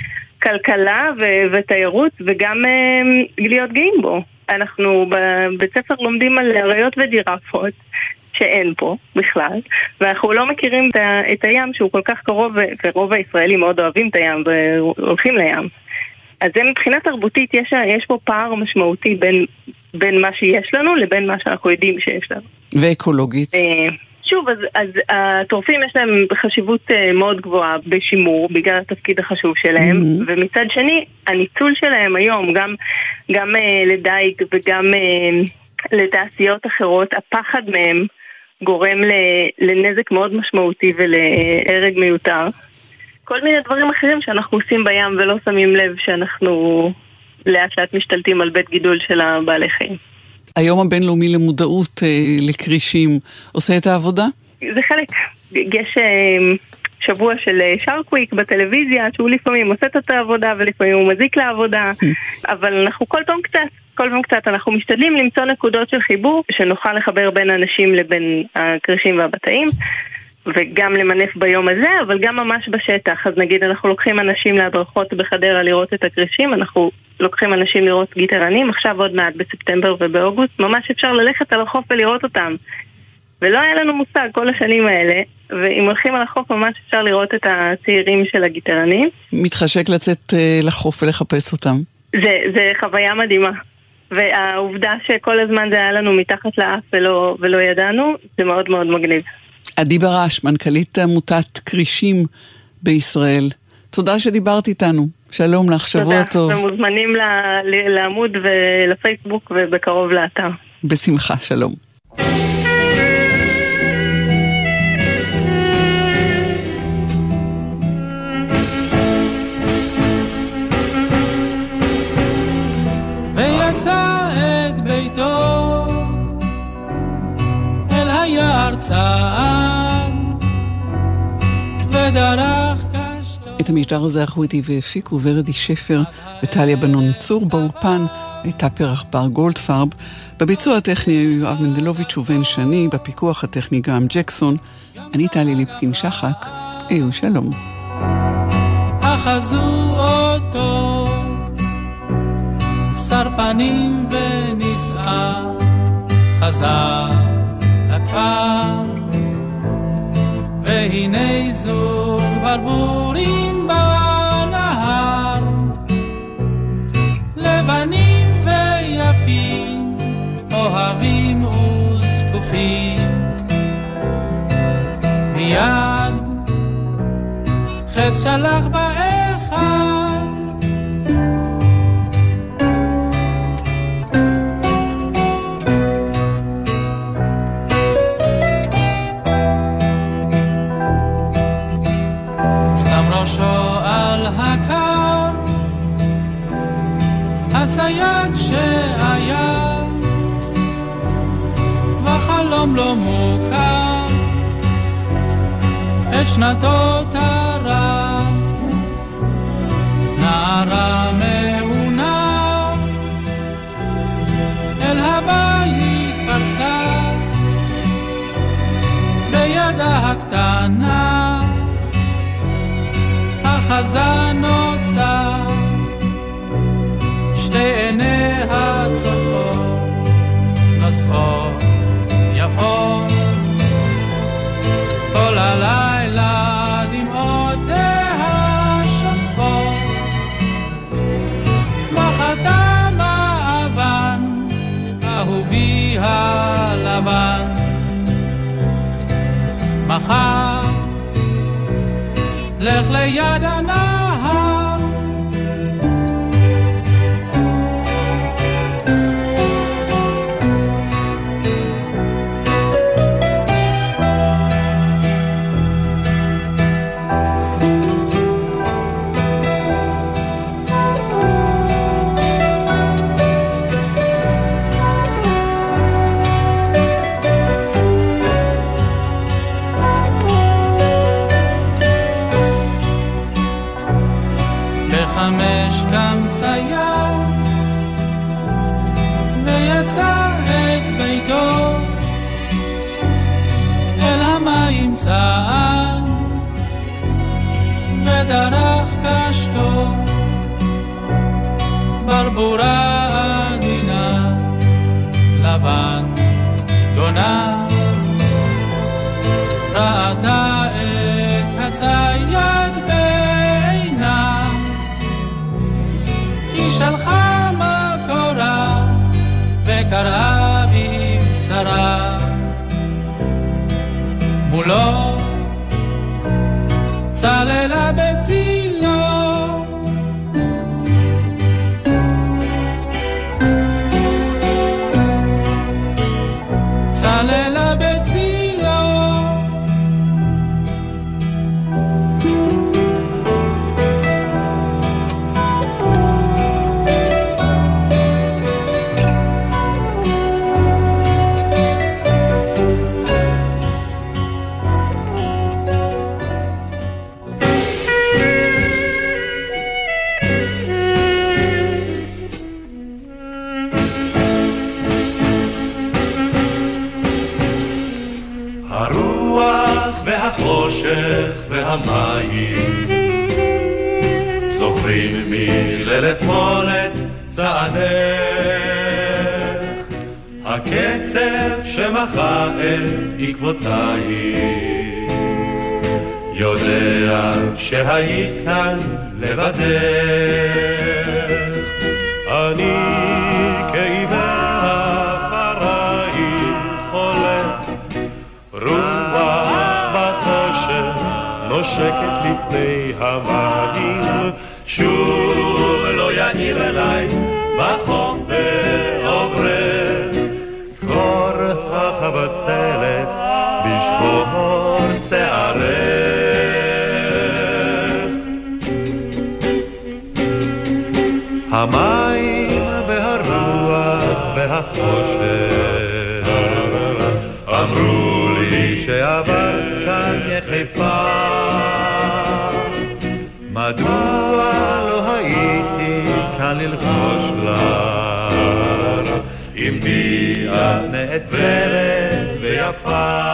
כלכלה ותיירות, וגם להיות גאים בו. אנחנו בבית ספר לומדים על אריות וג'ירפות, שאין פה בכלל, ואנחנו לא מכירים את הים שהוא כל כך קרוב, ורוב הישראלים מאוד אוהבים את הים והולכים לים. אז זה מבחינה תרבותית, יש פה פער משמעותי בין מה שיש לנו לבין מה שאנחנו יודעים שיש לנו. ואקולוגית? שוב, אז הטורפים יש להם חשיבות מאוד גבוהה בשימור, בגלל התפקיד החשוב שלהם, ומצד שני, הניצול שלהם היום, גם לדייג וגם לתעשיות אחרות, הפחד מהם גורם לנזק מאוד משמעותי ולהרג מיותר. כל מיני דברים אחרים שאנחנו עושים בים ולא שמים לב שאנחנו לאט לאט משתלטים על בית גידול של הבעלי חיים. היום הבינלאומי למודעות לקרישים עושה את העבודה? זה חלק. יש שבוע של שרק וויק בטלוויזיה, שהוא לפעמים עושה את העבודה ולפעמים הוא מזיק לעבודה, אבל אנחנו כל פעם קצת אנחנו משתדלים למצוא נקודות של חיבור שנוכל לחבר בין האנשים לבין הקרישים והבתאים, וגם למנף ביום הזה, אבל גם ממש בשטח. אז נגיד אנחנו לוקחים אנשים להדרכות בחדרה לראות את הקרישים, אנחנו לוקחים אנשים לראות גיטרנים, עכשיו עוד מעט בספטמבר ובאוגוסט, ממש אפשר ללכת על החוף ולראות אותם. ולא היה לנו מושג כל השנים האלה, ואם הולכים על החוף ממש אפשר לראות את הצעירים של הגיטרנים. מתחשק לצאת לחוף ולחפש אותם. זה חוויה מדהימה. והעובדה שכל הזמן זה היה לנו מתחת לאף ולא ידענו, זה מאוד מאוד מגניב. עדי ברש, מנכ"לית עמותת קרישים בישראל. תודה שדיברת איתנו. שלום לך, שבוע טוב. תודה, ומוזמנים לעמוד ולפייסבוק ובקרוב לאתר. בשמחה, שלום. ויצא את ביתו אל היער צעד ודרך קשתו. את המשדר הזה ערכו איתי והפיקו ורדי שפר וטליה בנון צור. באולפן הייתה פרח בר גולדפרב. בביצוע הטכני היו יואב מנדלוביץ' ובן שני, בפיקוח הטכני גם ג'קסון. אני טלי ליפקין שחק. היו שלום. אחזו אותו שר פנים ונישא, חזר לכפר, והנה זוג ברבורים בנהר, לבנים ויפים, אוהבים וזקנים. יפים מיד חץ שלח באחד שם ראשו על הקו הצייד שהיה וחלום לא מוכר את שנתו טרח נערה מעונה אל הבית פרצה בידה הקטנה החזה נוצר שתי עיניה צופות נוספות יפות כל הלילה דמעותיה שוטפות מחתם האבן אהובי הלבן מחר לך ליד הנהר בחמש קם צייר ויצא את ביתו אל המים צעד ודרך קשתו ברבורה עדינה לבן גונה ראתה את הצייד בעינה היא שלחה מקורה וקראה בבשרה מולו צללה בצילו צללה בצילו החושך והמים זוכרים מליל אתמול את צעדך הקצב שמחה אל עקבותייך יודע שהיית כאן לבדך אני כאיבה אחרייך הולך רוח נושקת לפני המים שוב לא יעיר אליי בחוף בעוברך זכור החבצלת בשבור שערך המים והרוח והחושך אמרו לי שעבר כאן יחפה מדוע לא הייתי כאן ללחוש לך אם בי את נעצרת ויפה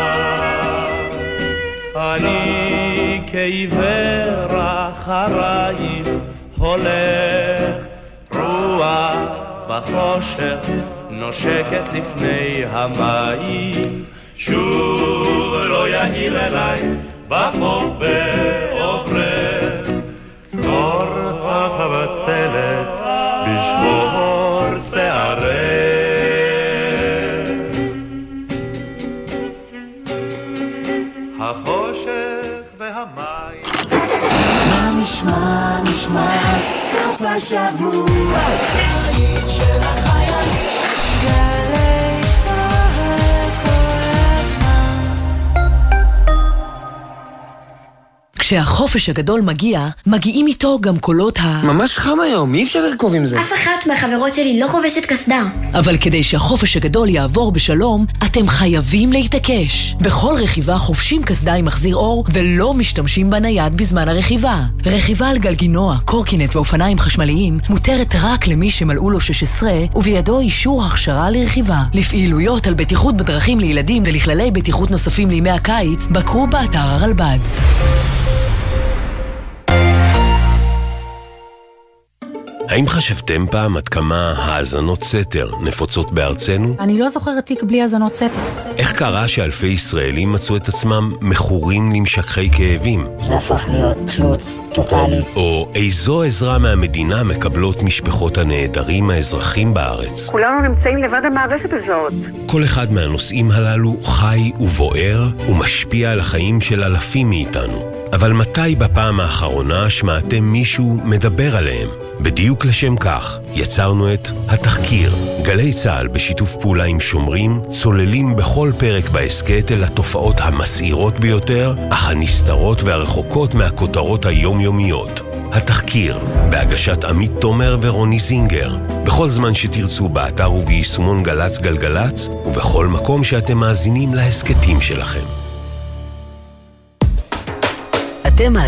אני כעיוור אחרייך הולך רוח בחושך נושקת לפני המים שוב לא יעיר אליי בחוף בעוברך זכור החבצלת בשבור שערך השבוע, הבית של החיילים. גלי צהל כל הזמן. כשהחופש הגדול מגיע, מגיעים איתו גם קולות ממש חם היום, אי אפשר לרכוב עם זה. אף אחת מהחברות שלי לא חובשת קסדה. אבל כדי שהחופש הגדול יעבור בשלום, אתם חייבים להתעקש. בכל רכיבה חובשים קסדה עם מחזיר אור, ולא משתמשים בנייד בזמן הרכיבה. רכיבה על גלגינוע, קורקינט ואופניים חשמליים מותרת רק למי שמלאו לו 16, ובידו אישור הכשרה לרכיבה. לפעילויות על בטיחות בדרכים לילדים ולכללי בטיחות נוספים לימי הקיץ, בקרו באתר הרלב"ד. האם חשבתם פעם עד כמה האזנות סתר נפוצות בארצנו? אני לא זוכרת תיק בלי האזנות סתר. איך קרה שאלפי ישראלים מצאו את עצמם מכורים למשככי כאבים? זה הפך להיות תלות טוטלית. או איזו עזרה מהמדינה מקבלות משפחות הנעדרים האזרחים בארץ? כולנו נמצאים לבד המערכת הזאת. כל אחד מהנושאים הללו חי ובוער ומשפיע על החיים של אלפים מאיתנו. אבל מתי בפעם האחרונה שמעתם מישהו מדבר עליהם? בדיוק לשם כך יצרנו את התחקיר. גלי צהל בשיתוף פעולה עם שומרים צוללים בכל פרק בעסקת אל התופעות המסעירות ביותר, אך הנסתרות והרחוקות מהכותרות היומיומיות. התחקיר, בהגשת עמית תומר ורוני זינגר, בכל זמן שתרצו באתר וביישומון גלץ גלגלץ, ובכל מקום שאתם מאזינים להסקטים שלכם. אתם